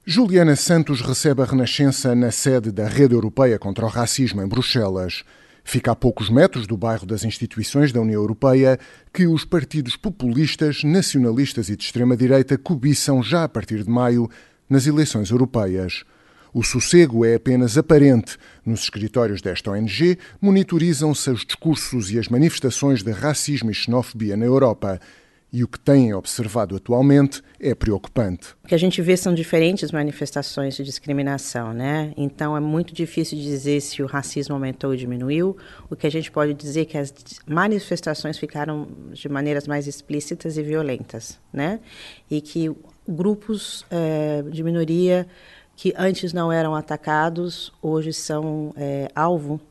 Juliana Santos recebe a Renascença na sede da Rede Europeia contra o Racismo, em Bruxelas. Fica a poucos metros do bairro das instituições da União Europeia, que os partidos populistas, nacionalistas e de extrema-direita cobiçam já a partir de maio nas eleições europeias. O sossego é apenas aparente. Nos escritórios desta ONG monitorizam-se os discursos e as manifestações de racismo e xenofobia na Europa. E o que têm observado atualmente é preocupante. O que a gente vê são diferentes manifestações de discriminação, né? Então é muito difícil dizer se o racismo aumentou ou diminuiu. O que a gente pode dizer é que as manifestações ficaram de maneiras mais explícitas e violentas, né? E que grupos de minoria que antes não eram atacados, hoje são alvo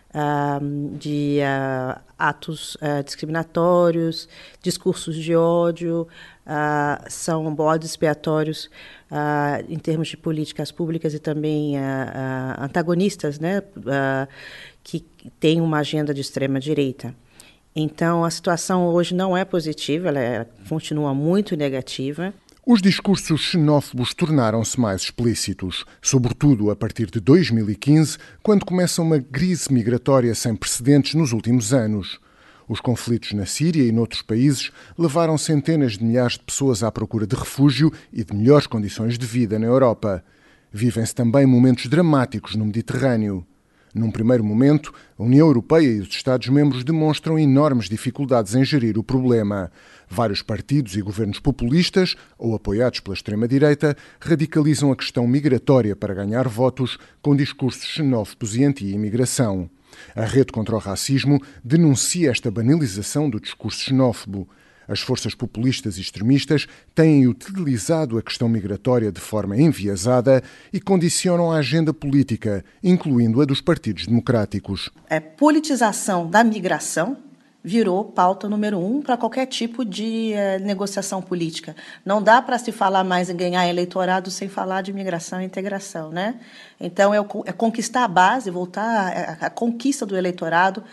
de atos discriminatórios, discursos de ódio, são bodes expiatórios em termos de políticas públicas e também antagonistas, né, que têm uma agenda de extrema-direita. Então, a situação hoje não é positiva, ela continua muito negativa. Os discursos xenófobos tornaram-se mais explícitos, sobretudo a partir de 2015, quando começa uma crise migratória sem precedentes nos últimos anos. Os conflitos na Síria e noutros países levaram centenas de milhares de pessoas à procura de refúgio e de melhores condições de vida na Europa. Vivem-se também momentos dramáticos no Mediterrâneo. Num primeiro momento, a União Europeia e os Estados-membros demonstram enormes dificuldades em gerir o problema. Vários partidos e governos populistas, ou apoiados pela extrema-direita, radicalizam a questão migratória para ganhar votos com discursos xenófobos e anti-imigração. A Rede contra o Racismo denuncia esta banalização do discurso xenófobo. As forças populistas e extremistas têm utilizado a questão migratória de forma enviesada e condicionam a agenda política, incluindo a dos partidos democráticos. A politização da migração virou pauta número 1 para qualquer tipo de negociação política. Não dá para se falar mais em ganhar eleitorado sem falar de migração e integração, né? Então, é conquistar a base, voltar à conquista do eleitorado,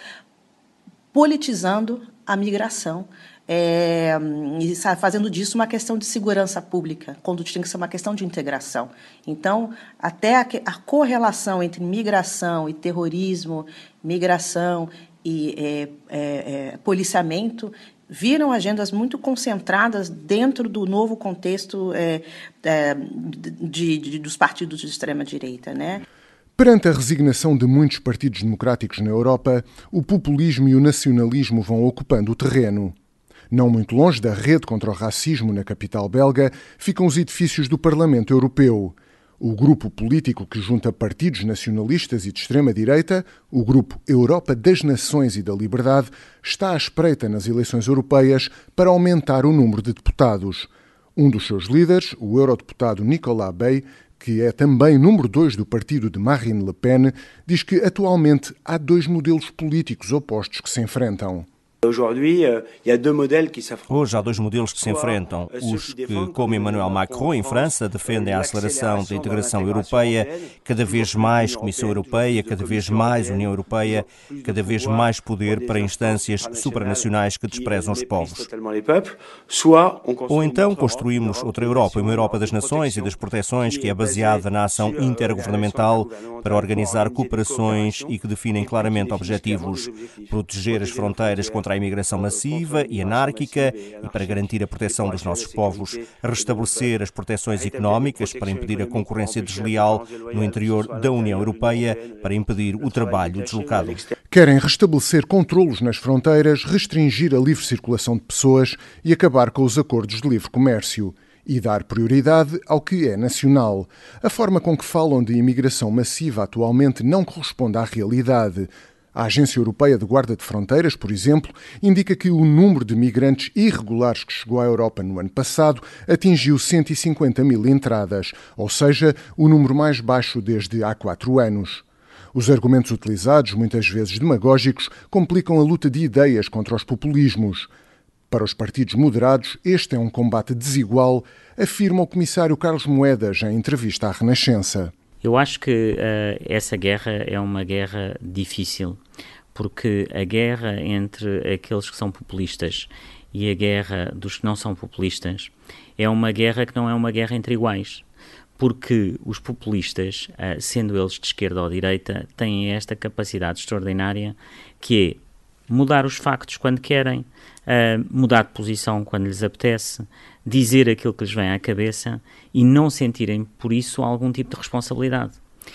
politizando a migração. E fazendo disso uma questão de segurança pública, quando tinha que ser uma questão de integração. Então, até a correlação entre migração e terrorismo, migração e policiamento, viram agendas muito concentradas dentro do novo contexto dos partidos de extrema-direita, né? Perante a resignação de muitos partidos democráticos na Europa, o populismo e o nacionalismo vão ocupando o terreno. Não muito longe da Rede contra o Racismo, na capital belga, ficam os edifícios do Parlamento Europeu. O grupo político que junta partidos nacionalistas e de extrema-direita, o grupo Europa das Nações e da Liberdade, está à espreita nas eleições europeias para aumentar o número de deputados. Um dos seus líderes, o eurodeputado Nicolas Bay, que é também número 2 do partido de Marine Le Pen, diz que atualmente há 2 modelos políticos opostos que se enfrentam. Hoje há 2 modelos que se enfrentam. Os que, como Emmanuel Macron em França, defendem a aceleração da integração europeia, cada vez mais Comissão Europeia, cada vez mais União Europeia, cada vez mais poder para instâncias supranacionais que desprezam os povos. Ou então construímos outra Europa, uma Europa das nações e das proteções que é baseada na ação intergovernamental para organizar cooperações e que definem claramente objetivos, proteger as fronteiras contra a imigração massiva e anárquica e para garantir a proteção dos nossos povos, restabelecer as proteções económicas para impedir a concorrência desleal no interior da União Europeia, para impedir o trabalho deslocado. Querem restabelecer controlos nas fronteiras, restringir a livre circulação de pessoas e acabar com os acordos de livre comércio. E dar prioridade ao que é nacional. A forma com que falam de imigração massiva atualmente não corresponde à realidade. A Agência Europeia de Guarda de Fronteiras, por exemplo, indica que o número de migrantes irregulares que chegou à Europa no ano passado atingiu 150 mil entradas, ou seja, o número mais baixo desde há 4 anos. Os argumentos utilizados, muitas vezes demagógicos, complicam a luta de ideias contra os populismos. Para os partidos moderados, este é um combate desigual, afirma o comissário Carlos Moedas em entrevista à Renascença. Eu acho que essa guerra é uma guerra difícil, porque a guerra entre aqueles que são populistas e a guerra dos que não são populistas é uma guerra que não é uma guerra entre iguais, porque os populistas, sendo eles de esquerda ou direita, têm esta capacidade extraordinária que é mudar os factos quando querem, mudar de posição quando lhes apetece, dizer aquilo que lhes vem à cabeça e não sentirem por isso algum tipo de responsabilidade.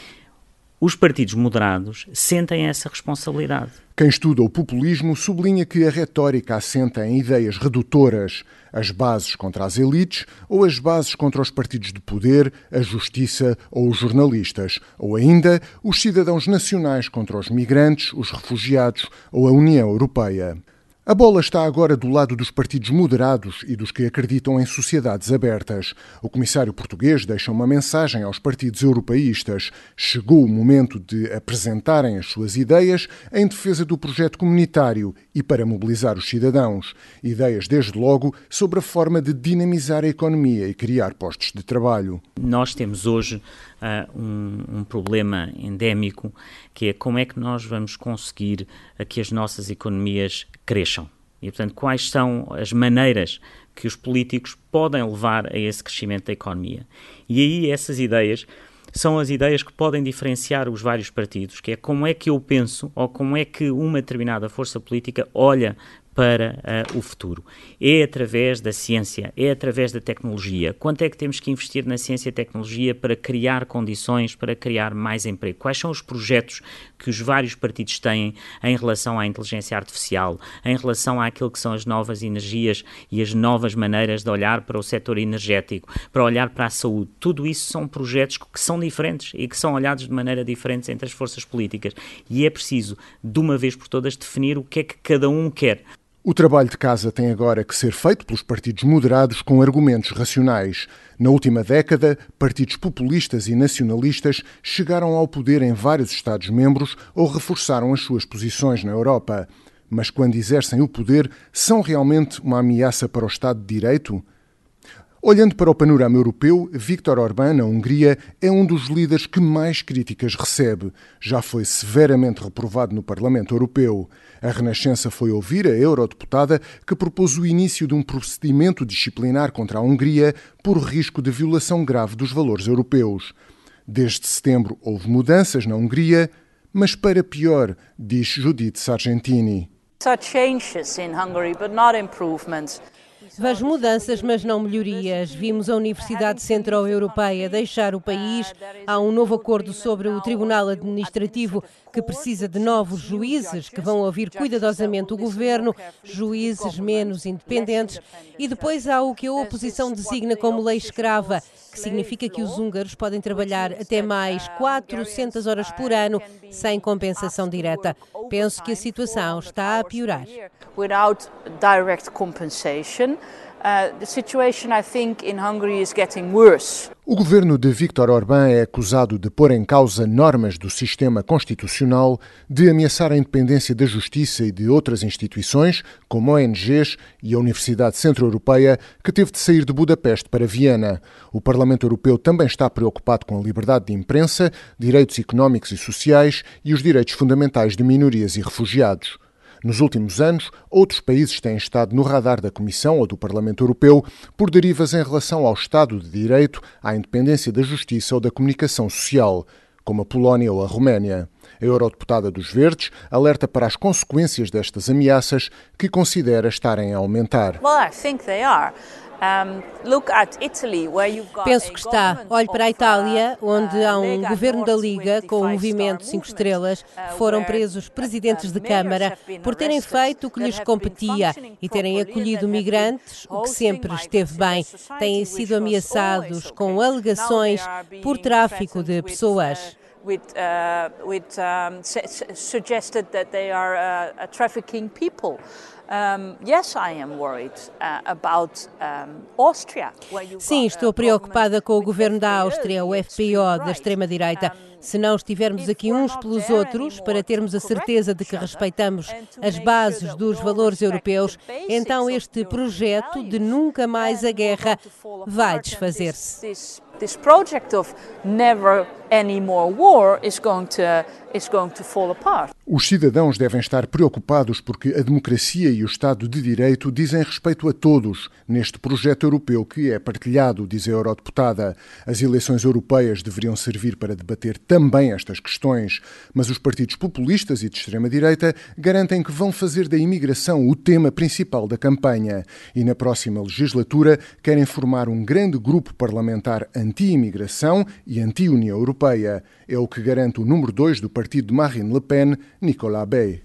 Os partidos moderados sentem essa responsabilidade. Quem estuda o populismo sublinha que a retórica assenta em ideias redutoras, as bases contra as elites ou as bases contra os partidos de poder, a justiça ou os jornalistas, ou ainda os cidadãos nacionais contra os migrantes, os refugiados ou a União Europeia. A bola está agora do lado dos partidos moderados e dos que acreditam em sociedades abertas. O comissário português deixa uma mensagem aos partidos europeístas. Chegou o momento de apresentarem as suas ideias em defesa do projeto comunitário e para mobilizar os cidadãos. Ideias, desde logo, sobre a forma de dinamizar a economia e criar postos de trabalho. Nós temos hoje um problema endémico, que é como é que nós vamos conseguir que as nossas economias cresçam. E, portanto, quais são as maneiras que os políticos podem levar a esse crescimento da economia. E aí essas ideias são as ideias que podem diferenciar os vários partidos, que é como é que eu penso ou como é que uma determinada força política olha para o futuro. É através da ciência, é através da tecnologia. Quanto é que temos que investir na ciência e tecnologia para criar condições, para criar mais emprego? Quais são os projetos que os vários partidos têm em relação à inteligência artificial, em relação àquilo que são as novas energias e as novas maneiras de olhar para o setor energético, para olhar para a saúde? Tudo isso são projetos que são diferentes e que são olhados de maneira diferente entre as forças políticas. E é preciso, de uma vez por todas, definir o que é que cada um quer. O trabalho de casa tem agora que ser feito pelos partidos moderados com argumentos racionais. Na última década, partidos populistas e nacionalistas chegaram ao poder em vários Estados-membros ou reforçaram as suas posições na Europa. Mas quando exercem o poder, são realmente uma ameaça para o Estado de Direito? Olhando para o panorama europeu, Viktor Orbán, na Hungria, é um dos líderes que mais críticas recebe. Já foi severamente reprovado no Parlamento Europeu. A Renascença foi ouvir a eurodeputada que propôs o início de um procedimento disciplinar contra a Hungria por risco de violação grave dos valores europeus. Desde setembro houve mudanças na Hungria, mas para pior, diz Judith Sargentini. Vejo mudanças, mas não melhorias. Vimos a Universidade Centro-Europeia deixar o país. Há um novo acordo sobre o Tribunal Administrativo que precisa de novos juízes que vão ouvir cuidadosamente o governo, juízes menos independentes. E depois há o que a oposição designa como lei escrava, que significa que os húngaros podem trabalhar até mais 400 horas por ano sem compensação direta. Penso que a situação está a piorar. Without direct compensation, the situation, I think, in Hungary is getting worse. O governo de Viktor Orbán é acusado de pôr em causa normas do sistema constitucional, de ameaçar a independência da justiça e de outras instituições, como ONGs e a Universidade Centro-Europeia, que teve de sair de Budapeste para Viena. O Parlamento Europeu também está preocupado com a liberdade de imprensa, direitos económicos e sociais e os direitos fundamentais de minorias e refugiados. Nos últimos anos, outros países têm estado no radar da Comissão ou do Parlamento Europeu por derivas em relação ao Estado de Direito, à independência da justiça ou da comunicação social, como a Polónia ou a Roménia. A eurodeputada dos Verdes alerta para as consequências destas ameaças, que considera estarem a aumentar. Penso que está. Olhe para a Itália, onde há um governo da Liga com o movimento 5 estrelas. Foram presos presidentes de Câmara por terem feito o que lhes competia e terem acolhido migrantes, o que sempre esteve bem. Têm sido ameaçados com alegações por tráfico de pessoas. Suggested that they are trafficking people. Yes, I am worried about Austria. Sim, estou preocupada com o governo da Áustria, o FPÖ, da extrema-direita. Se não estivermos aqui uns pelos outros, para termos a certeza de que respeitamos as bases dos valores europeus, então este projeto de nunca mais a guerra vai desfazer-se. This project of never any more war is going to fall apart. Os cidadãos devem estar preocupados porque a democracia e o Estado de Direito dizem respeito a todos neste projeto europeu que é partilhado, diz a eurodeputada. As eleições europeias deveriam servir para debater também estas questões, mas os partidos populistas e de extrema-direita garantem que vão fazer da imigração o tema principal da campanha e na próxima legislatura querem formar um grande grupo parlamentar anti-imigração e anti-União Europeia. É o que garante o número 2 do partido de Marine Le Pen, Nicolas Bay.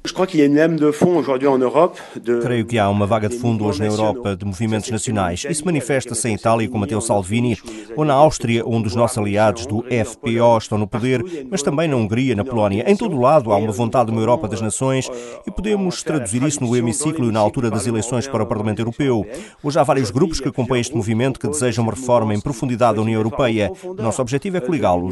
Creio que há uma vaga de fundo hoje na Europa de movimentos nacionais. Isso manifesta-se em Itália com Matteo Salvini ou na Áustria, onde os nossos aliados do FPO estão no poder, mas também na Hungria, na Polónia. Em todo o lado há uma vontade de uma Europa das nações e podemos traduzir isso no hemiciclo e na altura das eleições para o Parlamento Europeu. Hoje há vários grupos que acompanham este movimento que desejam uma reforma em profundidade da União Europeia. O nosso objetivo é coligá-los.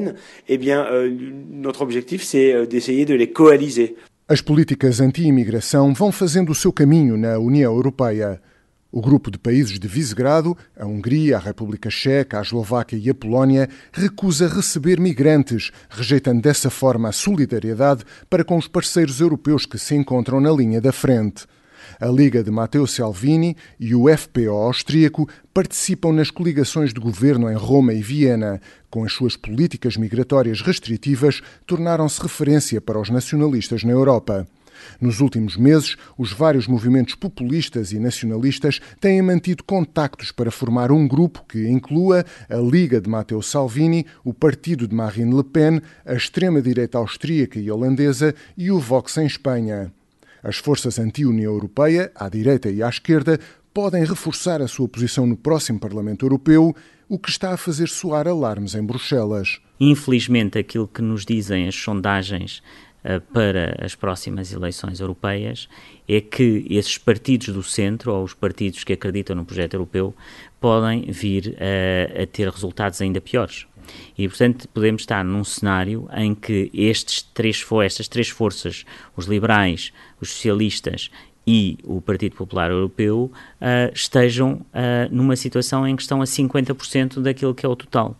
Notre objectif, c'est d'essayer de les coaliser. As políticas anti-imigração vão fazendo o seu caminho na União Europeia. O grupo de países de Visegrado, a Hungria, a República Checa, a Eslováquia e a Polónia, recusa receber migrantes, rejeitando dessa forma a solidariedade para com os parceiros europeus que se encontram na linha da frente. A Liga de Matteo Salvini e o FPO austríaco participam nas coligações de governo em Roma e Viena. Com as suas políticas migratórias restritivas, tornaram-se referência para os nacionalistas na Europa. Nos últimos meses, os vários movimentos populistas e nacionalistas têm mantido contactos para formar um grupo que inclua a Liga de Matteo Salvini, o partido de Marine Le Pen, a extrema-direita austríaca e holandesa e o Vox em Espanha. As forças anti-União Europeia, à direita e à esquerda, podem reforçar a sua posição no próximo Parlamento Europeu, o que está a fazer soar alarmes em Bruxelas. Infelizmente, aquilo que nos dizem as sondagens para as próximas eleições europeias é que esses partidos do centro, ou os partidos que acreditam no projeto europeu, podem vir a ter resultados ainda piores. E, portanto, podemos estar num cenário em que estas três forças, os liberais, os socialistas e o Partido Popular Europeu, estejam numa situação em que estão a 50% daquilo que é o total.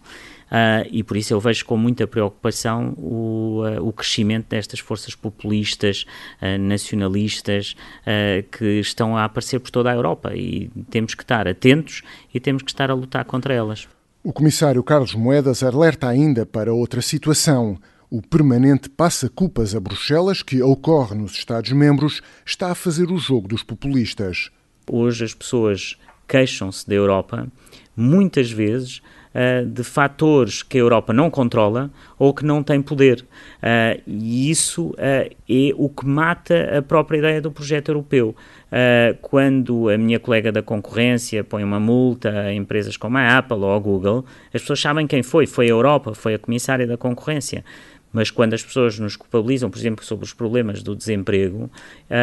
E por isso eu vejo com muita preocupação o crescimento destas forças populistas, nacionalistas, que estão a aparecer por toda a Europa, e temos que estar atentos e temos que estar a lutar contra elas. O comissário Carlos Moedas alerta ainda para outra situação. O permanente passa-culpas a Bruxelas, que ocorre nos Estados-membros, está a fazer o jogo dos populistas. Hoje as pessoas queixam-se da Europa, muitas vezes, de fatores que a Europa não controla ou que não tem poder. E isso é o que mata a própria ideia do projeto europeu. Quando a minha colega da concorrência põe uma multa a empresas como a Apple ou a Google, as pessoas sabem quem foi. Foi a Europa, foi a comissária da concorrência. Mas quando as pessoas nos culpabilizam, por exemplo, sobre os problemas do desemprego,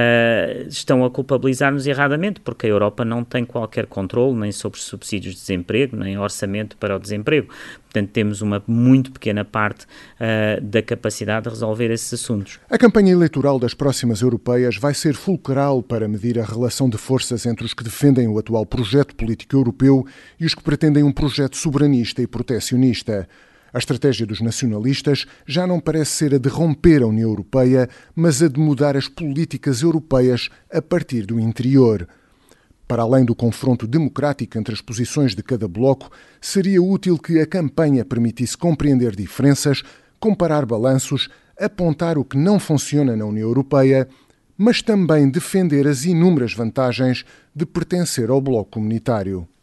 estão a culpabilizar-nos erradamente, porque a Europa não tem qualquer controle nem sobre subsídios de desemprego, nem orçamento para o desemprego. Portanto, temos uma muito pequena parte da capacidade de resolver esses assuntos. A campanha eleitoral das próximas europeias vai ser fulcral para medir a relação de forças entre os que defendem o atual projeto político europeu e os que pretendem um projeto soberanista e protecionista. A estratégia dos nacionalistas já não parece ser a de romper a União Europeia, mas a de mudar as políticas europeias a partir do interior. Para além do confronto democrático entre as posições de cada bloco, seria útil que a campanha permitisse compreender diferenças, comparar balanços, apontar o que não funciona na União Europeia, mas também defender as inúmeras vantagens de pertencer ao bloco comunitário.